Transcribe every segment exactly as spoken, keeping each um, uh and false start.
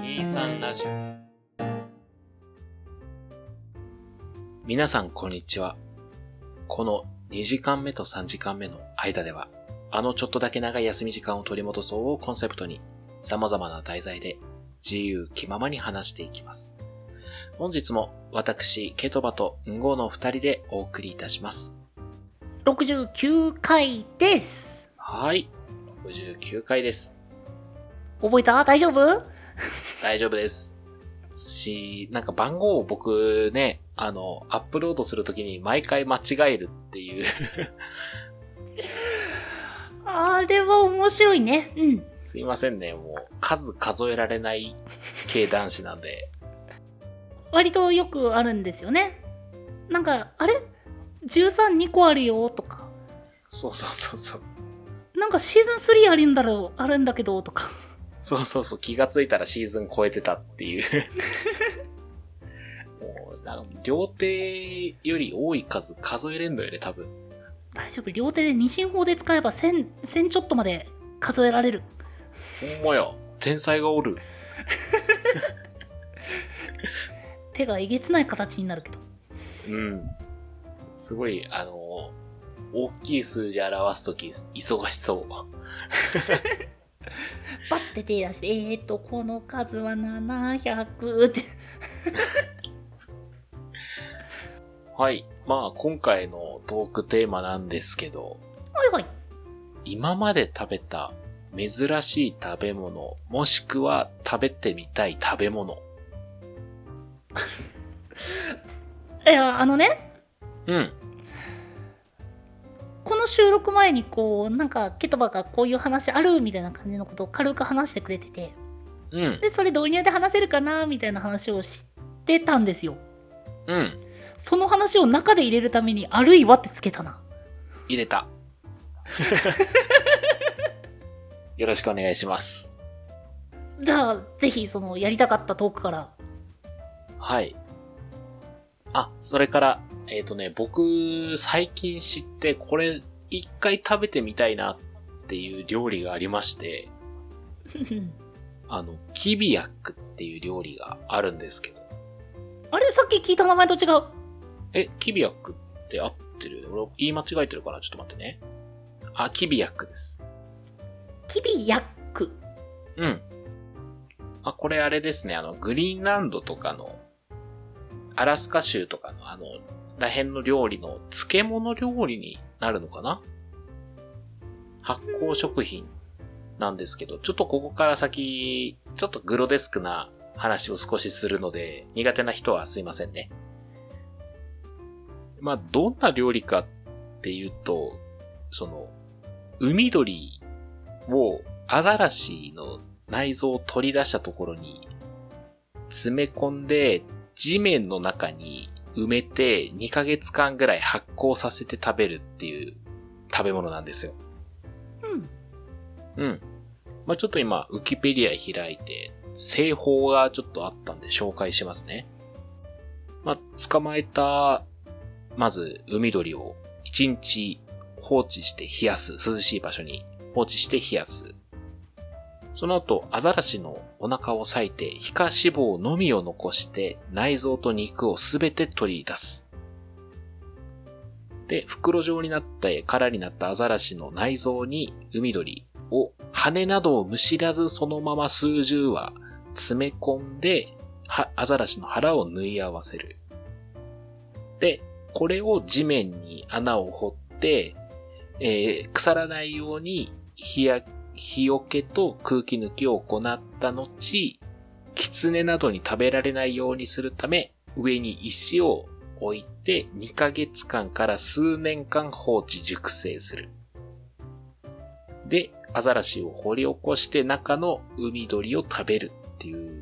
イーさんラジオ。皆さんこんにちは。このにじかんめとさんじかんめの間では、あのちょっとだけ長い休み時間を取り戻そうをコンセプトに、様々な題材で自由気ままに話していきます。本日も私、ケトバとンゴの二人でお送りいたします。 ろくじゅうきゅうかいです。 はい、ろくじゅうきゅうかいです。 覚えた？大丈夫？ 大丈夫です。し、なんか番号を僕ね、あの、アップロードするときに毎回間違えるっていう。 あれは面白いね。うん。 すいませんね、もう数数えられない系男子なんで。 割とよくあるんですよね。なんか、あれ ?じゅうさんにこあるよとか。 そうそうそうそう。なんかシーズンスリーあるんだろう、あるんだけどとか。 そうそうそう、気がついたらシーズン超えてたっていう。もうなんか両手より多い数数えれんのよね、多分。 大丈夫、両手で二進法で使えば千、千ちょっとまで数えられる。 ほんまや、天才がおる。 手がえげつない形になるけど。 うん。すごい、あの、大きい数字表すとき、忙しそう。 パッて手出して、えーと、この数はななひゃくって。 はい。まあ、今回のトークテーマなんですけど。 はいはい。 今まで食べた珍しい食べ物、もしくは食べてみたい食べ物。 いや、あのね。 うん。 この収録前にこう、なんか、ケトバがこういう話あるみたいな感じのことを軽く話してくれてて。 うん。 で、それ導入で話せるかなみたいな話をしてたんですよ。 うん。 その話を中で入れるために、あるいはってつけたな。 入れた。よろしくお願いします。 じゃあ、ぜひ、その、やりたかったトークから。 はい。あ、それから、えっとね、僕、最近知って、これ、一回食べてみたいなっていう料理がありまして、あの、キビヤックっていう料理があるんですけど。 あれさっき聞いた名前と違う。 え、キビヤックって合ってる？俺言い間違えてるかな？ちょっと待ってね。あ、キビヤックです。 キビヤック。 うん。あ、これあれですね。あの、グリーンランドとかの、アラスカ州とかのあの、らへんの料理の漬物料理になるのかな？発酵食品なんですけど、ちょっとここから先、ちょっとグロデスクな話を少しするので、苦手な人はすいませんね。まあ、どんな料理かっていうと、その、海鳥をアザラシの内臓を取り出したところに詰め込んで地面の中に埋めてにかげつかんぐらい発酵させて食べるっていう食べ物なんですよ。うん。うん。まあ、ちょっと今、ウィキペディア開いて、製法がちょっとあったんで紹介しますね。まあ、捕まえた、まず、海鳥をいちにち放置して冷やす。涼しい場所に放置して冷やす。その後、アザラシのお腹を裂いて、皮下脂肪のみを残して、内臓と肉をすべて取り出す。で、袋状になって空になったアザラシの内臓に海鳥を羽などをむしらずそのまま数十羽詰め込んで、アザラシの腹を縫い合わせる。で、これを地面に穴を掘って、えー、腐らないように日や日よけと空気抜きを行った後、狐などに食べられないようにするため、上に石を置いてにかげつかんから数年間放置熟成する。で、アザラシを掘り起こして中の海鳥を食べるっていう。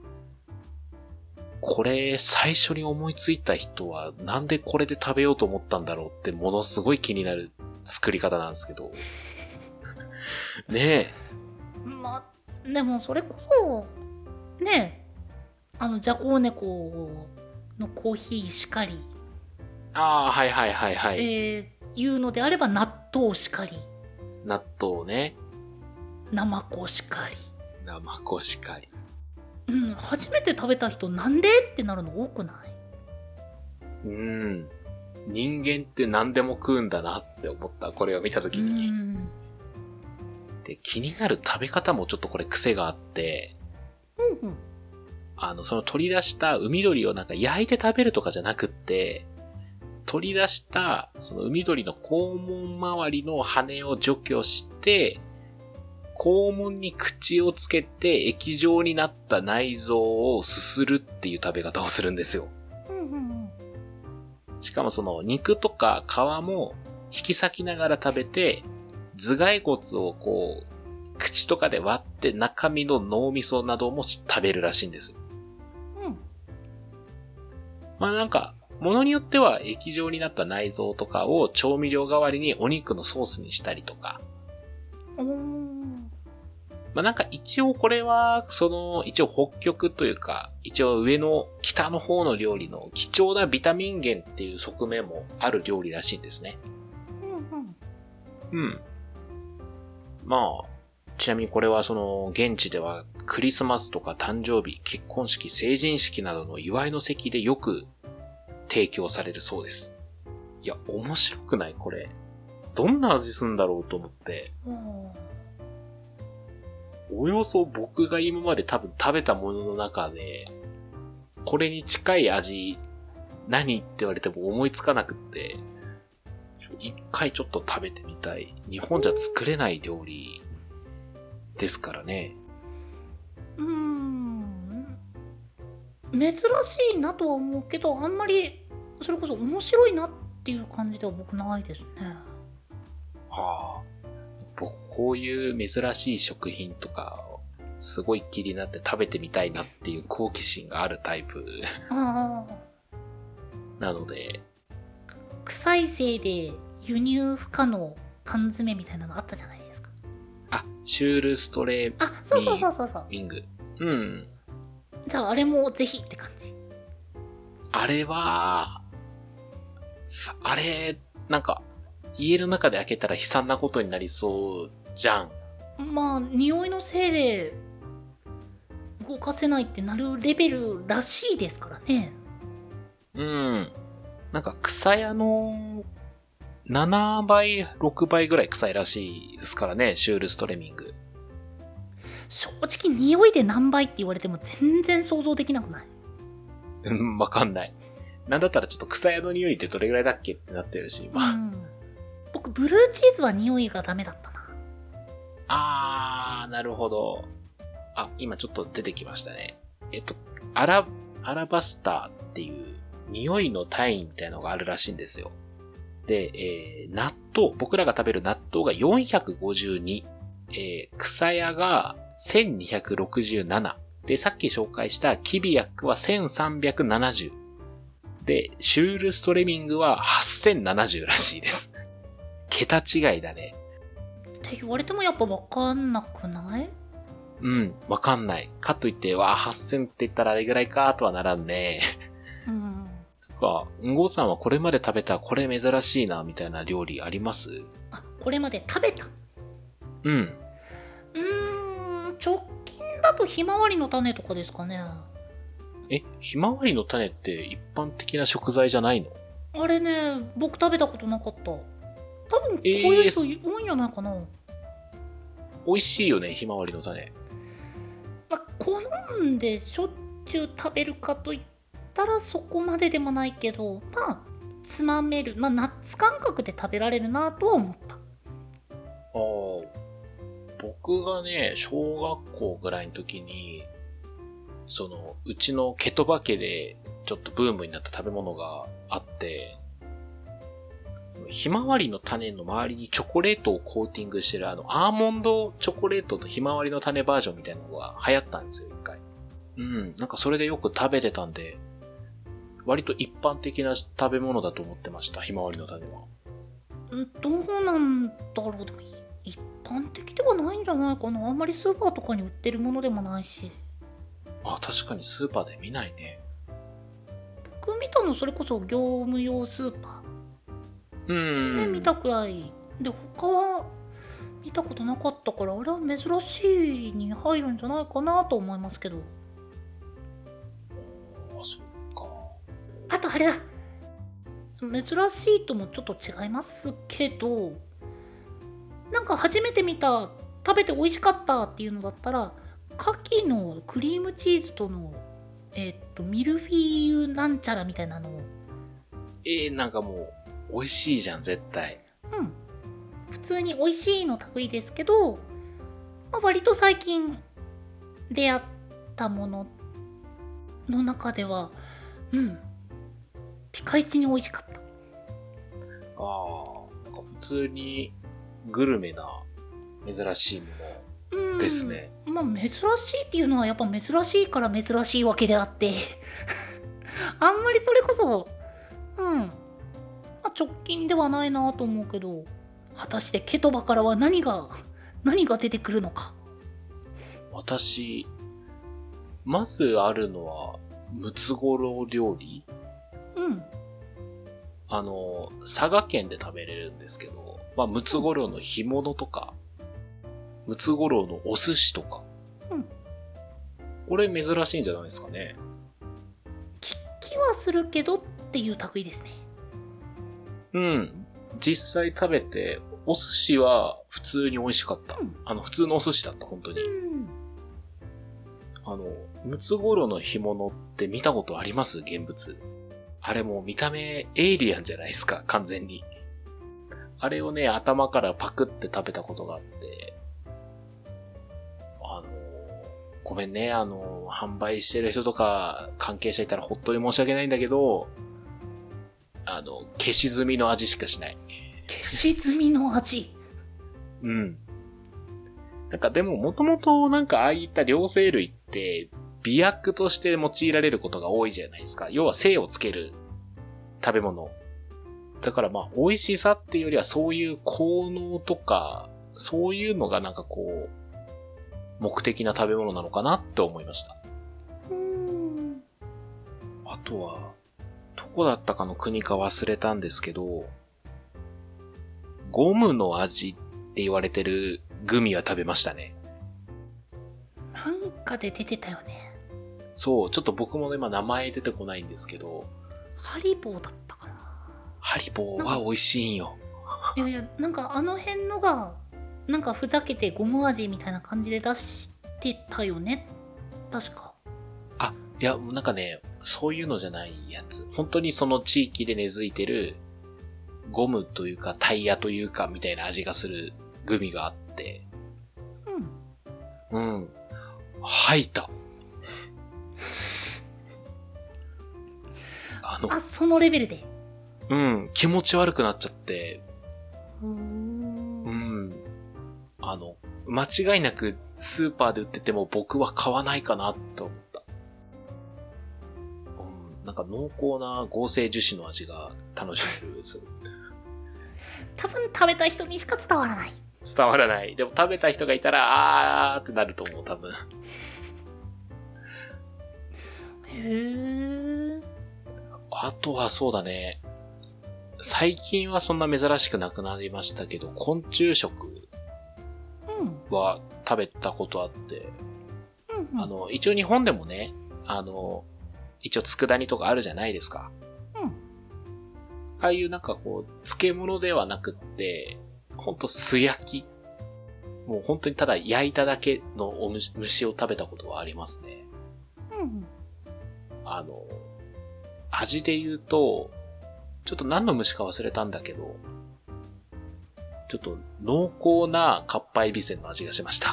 これ、最初に思いついた人はなんでこれで食べようと思ったんだろうってものすごい気になる作り方なんですけど。ねえ。まあ、でもそれこそ、ねえ、あの、ジャコウネコのコーヒーしかり。 ああ、はいはいはいはい。 えー、言うのであれば納豆しかり。 納豆ね。 ナマコしかり。 ナマコしかり。 うん、初めて食べた人なんでってなるの多くない？ うん。人間って何でも食うんだなって思った、これを見たときに。 うん。 で、気になる食べ方もちょっとこれ癖があって、 うんうん。 あの、その取り出した海鳥をなんか焼いて食べるとかじゃなくって、取り出したその海鳥の肛門周りの羽を除去して、肛門に口をつけて液状になった内臓をすするっていう食べ方をするんですよ。 うんうんうん。 しかもその肉とか皮も引き裂きながら食べて、頭蓋骨をこう、口とかで割って中身の脳みそなども食べるらしいんですよ。 うん。 まあなんか、ものによっては液状になった内臓とかを調味料代わりにお肉のソースにしたりとか。 おー。 まあなんか一応これは、その、一応北極というか、一応上の北の方の料理の貴重なビタミン源っていう側面もある料理らしいんですね。 うんうん。 うん。まあ、ちなみにこれはその、現地ではクリスマスとか誕生日、結婚式、成人式などの祝いの席でよく提供されるそうです。いや、面白くないこれ。どんな味すんだろうと思って。およそ僕が今まで多分食べたものの中で、これに近い味、何って言われても思いつかなくって、一回ちょっと食べてみたい。日本じゃ作れない料理ですからね。 うーん。珍しいなとは思うけど、あんまりそれこそ面白いなっていう感じでは僕ないですね。 はあ。僕こういう珍しい食品とかをすごい気になって食べてみたいなっていう好奇心があるタイプああ。 なので、 臭いせいで輸入不可の缶詰みたいなのあったじゃないですか。 あ、シュールストレあ、そうそうそうそうそう。 ミング。うん。 じゃああれもぜひって感じ。 あれは、あれ、なんか、家の中で開けたら悲惨なことになりそうじゃん。 まあ、匂いのせいで動かせないってなるレベルらしいですからね。 うん。なんか草屋のななばい、ろくばいぐらい臭いらしいですからね、シュールストレミング。 正直匂いで何倍って言われても全然想像できなくない？ うん、わかんない。なんだったらちょっと草屋の匂いってどれぐらいだっけってなってるし、まあ。 うん、僕、ブルーチーズは匂いがダメだったな。 あー、なるほど。あ、今ちょっと出てきましたね。えっと、アラ、アラバスターっていう匂いの単位みたいなのがあるらしいんですよ。で、えー、納豆、僕らが食べる納豆がよんひゃくごじゅうに、えー、草屋がせんにひゃくろくじゅうなな。で、さっき紹介したキビヤックはせんさんびゃくななじゅう。で、シュールストレミングははっせんななじゅうらしいです。桁違いだね。 って言われてもやっぱ分かんなくない？ うん、わかんない。かといって、わあ、はっせんって言ったらあれぐらいかとはならんね。 うん。 か、んごさんはこれまで食べたこれ珍しいな、みたいな料理あります？ あ、これまで食べた。 うん。 うーん、直近だとひまわりの種とかですかね。 え、ひまわりの種って一般的な食材じゃないの？ あれね、僕食べたことなかった。多分こういう人多いんじゃないかな。 美味しいよね、ひまわりの種。 まあ、好んでしょっちゅう食べるかといったらそこまででもないけど、まあつまめる、まあナッツ感覚で食べられるなとは思った。 ああ、僕がね、小学校ぐらいの時に、その、うちのケトバ家でちょっとブームになった食べ物があって、ひまわりの種の周りにチョコレートをコーティングしてるあの、アーモンドチョコレートとひまわりの種バージョンみたいなのが流行ったんですよ、一回。うん、なんかそれでよく食べてたんで、割と一般的な食べ物だと思ってました、ひまわりの種は。 どうなんだろう。でも一般的ではないんじゃないかな。あんまりスーパーとかに売ってるものでもないし。 あ、確かにスーパーで見ないね。 僕見たのそれこそ業務用スーパうーん。 ーで見たくらいで、他は見たことなかったから、あれは珍しいに入るんじゃないかなと思いますけど。 あとあれだ、珍しいともちょっと違いますけど、なんか初めて見た、食べて美味しかったっていうのだったら、牡蠣のクリームチーズとのえーっとミルフィーユなんちゃらみたいなのを、 えー、なんかもう美味しいじゃん絶対。 うん普通に美味しいの類ですけど、まあ、割と最近出会ったものの中ではうんピカイチに美味しかった。 ああ、なんか普通にグルメな珍しいものですね。 まあ珍しいっていうのはやっぱ珍しいから珍しいわけであってあんまりそれこそうん、まあ、直近ではないなと思うけど、果たしてケトバからは何が何が出てくるのか。 私まずあるのはムツゴロウ料理。 うんあの佐賀県で食べれるんですけど、まあムツゴロウの干物とか、ムツゴロウのお寿司とか、 うん、 これ珍しいんじゃないですかね。 聞きはするけどっていう類ですね。 うん。実際食べて、お寿司は普通に美味しかった。うん、あの、普通のお寿司だった、本当に。うん、あの、ムツゴロウの干物って見たことあります？現物。あれもう見た目エイリアンじゃないですか、完全に。あれをね、頭からパクって食べたことがあって、あの、ごめんね、あの、販売してる人とか関係者いたら本当に申し訳ないんだけど、あの、消し済みの味しかしない。 消し済みの味？ うん。なんかでももともとなんかああいった両生類って美薬として用いられることが多いじゃないですか。要は精をつける食べ物。だからまあ美味しさっていうよりはそういう効能とかそういうのがなんかこう目的な食べ物なのかなって思いました。うーん。あとはどこだったかの国か忘れたんですけど、ゴムの味って言われてるグミは食べましたね。 なんかで出てたよね。 そう、ちょっと僕もね、まあ名前出てこないんですけど。 ハリボーだったかな。 ハリボーは美味しいんよ。 いやいや、なんかあの辺のが、なんかふざけてゴム味みたいな感じで出してたよね。確か。 あ、いや、なんかね、そういうのじゃないやつ。本当にその地域で根付いてるゴムというかタイヤというかみたいな味がするグミがあって。うん。うん。吐いた。あの。 あ、そのレベルで。 うん。気持ち悪くなっちゃって。 うーん。 うん。あの、間違いなくスーパーで売ってても僕は買わないかなと思った。うん。なんか濃厚な合成樹脂の味が楽しめるです。 多分食べた人にしか伝わらない。 伝わらない。でも食べた人がいたら、あーってなると思う、多分。 へー。 あとはそうだね。最近はそんな珍しくなくなりましたけど、昆虫食は食べたことあって、うんうん、あの、一応日本でもね、あの、一応佃煮とかあるじゃないですか。うん。ああいうなんかこう、漬物ではなくって、ほんと素焼き。もう本当にただ焼いただけのお虫を食べたことはありますね。うん。あの、味で言うと、ちょっと何の虫か忘れたんだけど、ちょっと濃厚なかっぱえびせんの味がしました。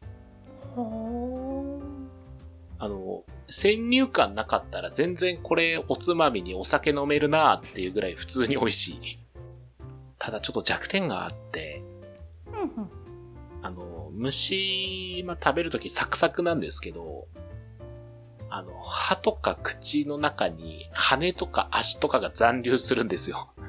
ほー。 あの、先入観なかったら全然これおつまみにお酒飲めるなーっていうぐらい普通に美味しい。ただちょっと弱点があって、うんうん、あの、虫、まあ、食べるときサクサクなんですけど、あの、歯とか口の中に羽とか足とかが残留するんですよ。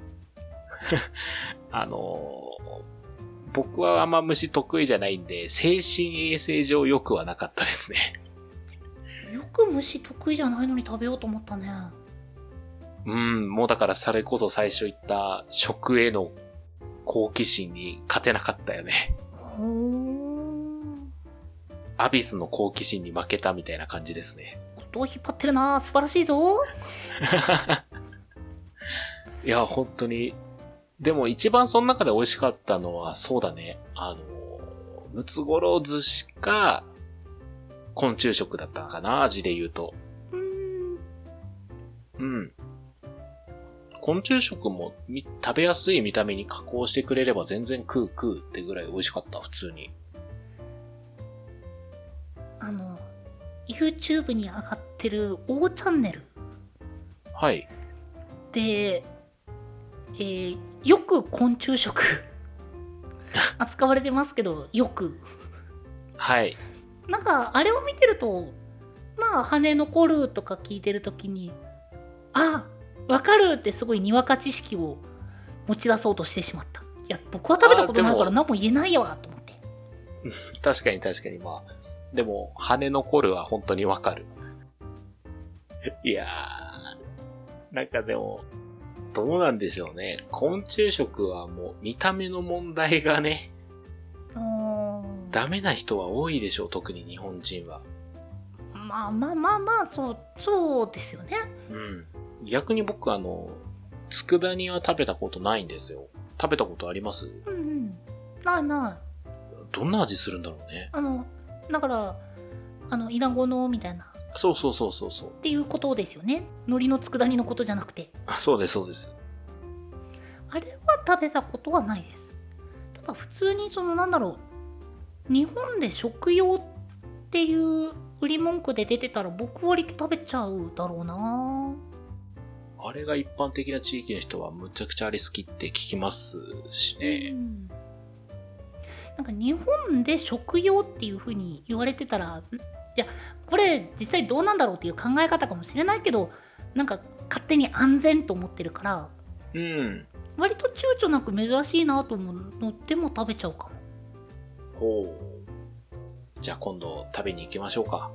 あの、僕はあんま虫得意じゃないんで、精神衛生上良くはなかったですね。 よく虫得意じゃないのに食べようと思ったね。 うん、もうだからそれこそ最初言った食への好奇心に勝てなかったよね。 ほー。 アビスの好奇心に負けたみたいな感じですね。 を引っ張ってるな。素晴らしいぞ。 いや、本当に。でも一番その中で美味しかったのは、そうだね。あの、ムツゴロウ寿司か、昆虫食だったのかな、味で言うと。 うーん。 うん。昆虫食も食べやすい見た目に加工してくれれば全然食う食うってぐらい美味しかった、普通に。 あの、YouTube に上がってる O チャンネル。 はい。 で、えー、よく昆虫食扱われてますけど、よく。 はい。 なんか、あれを見てると、まあ、羽残るとか聞いてるときに、あ、わかるってすごいにわか知識を持ち出そうとしてしまった。いや、僕は食べたことないから何も言えないやわ、と思って。 確かに確かに、まあ。でも、羽残るは本当にわかる。いやー、なんかでも、どうなんでしょうね。昆虫食はもう見た目の問題がね、ダメな人は多いでしょう、特に日本人は。 まあまあまあまあ、そう、そうですよね。 うん。逆に僕あの、佃煮は食べたことないんですよ。食べたことあります？ うんうん。ないない。 どんな味するんだろうね。 あの、だから、あの、イナゴのみたいな。 そうそうそうそうそう。 っていうことですよね。海苔の佃煮のことじゃなくて。 あ、そうですそうです。 あれは食べたことはないです。ただ普通にそのなんだろう、日本で食用っていう売り文句で出てたら僕割と食べちゃうだろうな。 あれが一般的な地域の人はむちゃくちゃあれ好きって聞きますしね。うん、 なんか日本で食用っていう風に言われてたら、いやこれ実際どうなんだろうっていう考え方かもしれないけど、なんか勝手に安全と思ってるから、 うん、 割と躊躇なく珍しいなと思うのでも食べちゃうかも。 ほう。じゃあ今度食べに行きましょうか。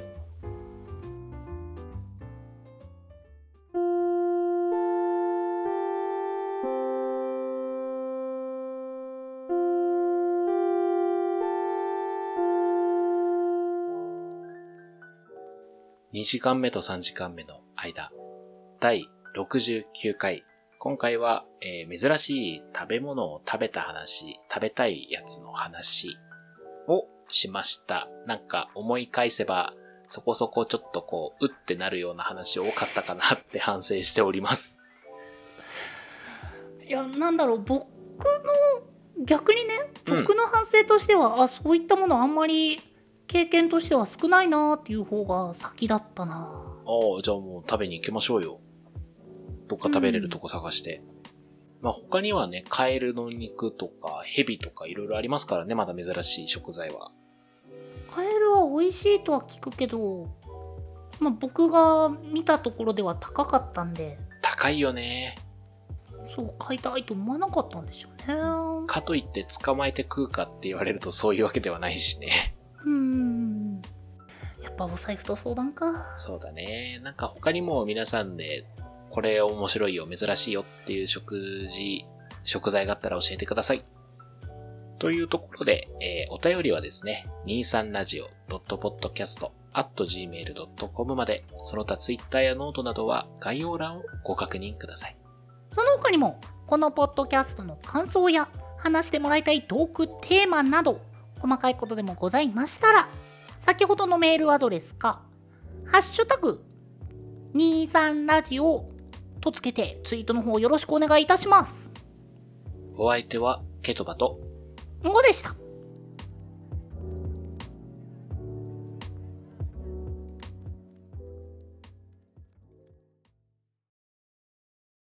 にじかんめとさんじかんめの間、だいろくじゅうきゅうかい。今回は、えー、珍しい食べ物を食べた話、食べたいやつの話をしました。なんか思い返せば、そこそこちょっとこう、うってなるような話多かったかなって反省しております。 いや、なんだろう、僕の、逆にね、僕の反省としては、うん、あ、そういったものあんまり経験としては少ないなーっていう方が先だったな。ああ、じゃあもう食べに行きましょうよ。どっか食べれるとこ探して。うん、まあ他にはね、カエルの肉とかヘビとかいろいろありますからね、まだ珍しい食材は。 カエルは美味しいとは聞くけど、まあ僕が見たところでは高かったんで。 高いよね。 そう、買いたいと思わなかったんでしょうね。 かといって捕まえて食うかって言われるとそういうわけではないしね。 うーん。やっぱお財布と相談か。 そうだね。なんか他にも皆さんで、これ面白いよ、珍しいよっていう食事、食材があったら教えてください。というところで、えー、お便りはですね、にじゅうさんラジオドットポッドキャストアットジーメールドットコム まで、その他ツイッターやノートなどは概要欄をご確認ください。 その他にも、このポッドキャストの感想や話してもらいたいトークテーマなど、細かいことでもございましたら、先ほどのメールアドレスか、ハッシュタグにじゅうさんラジオとつけてツイートの方よろしくお願いいたします。 お相手はケトバともごでした。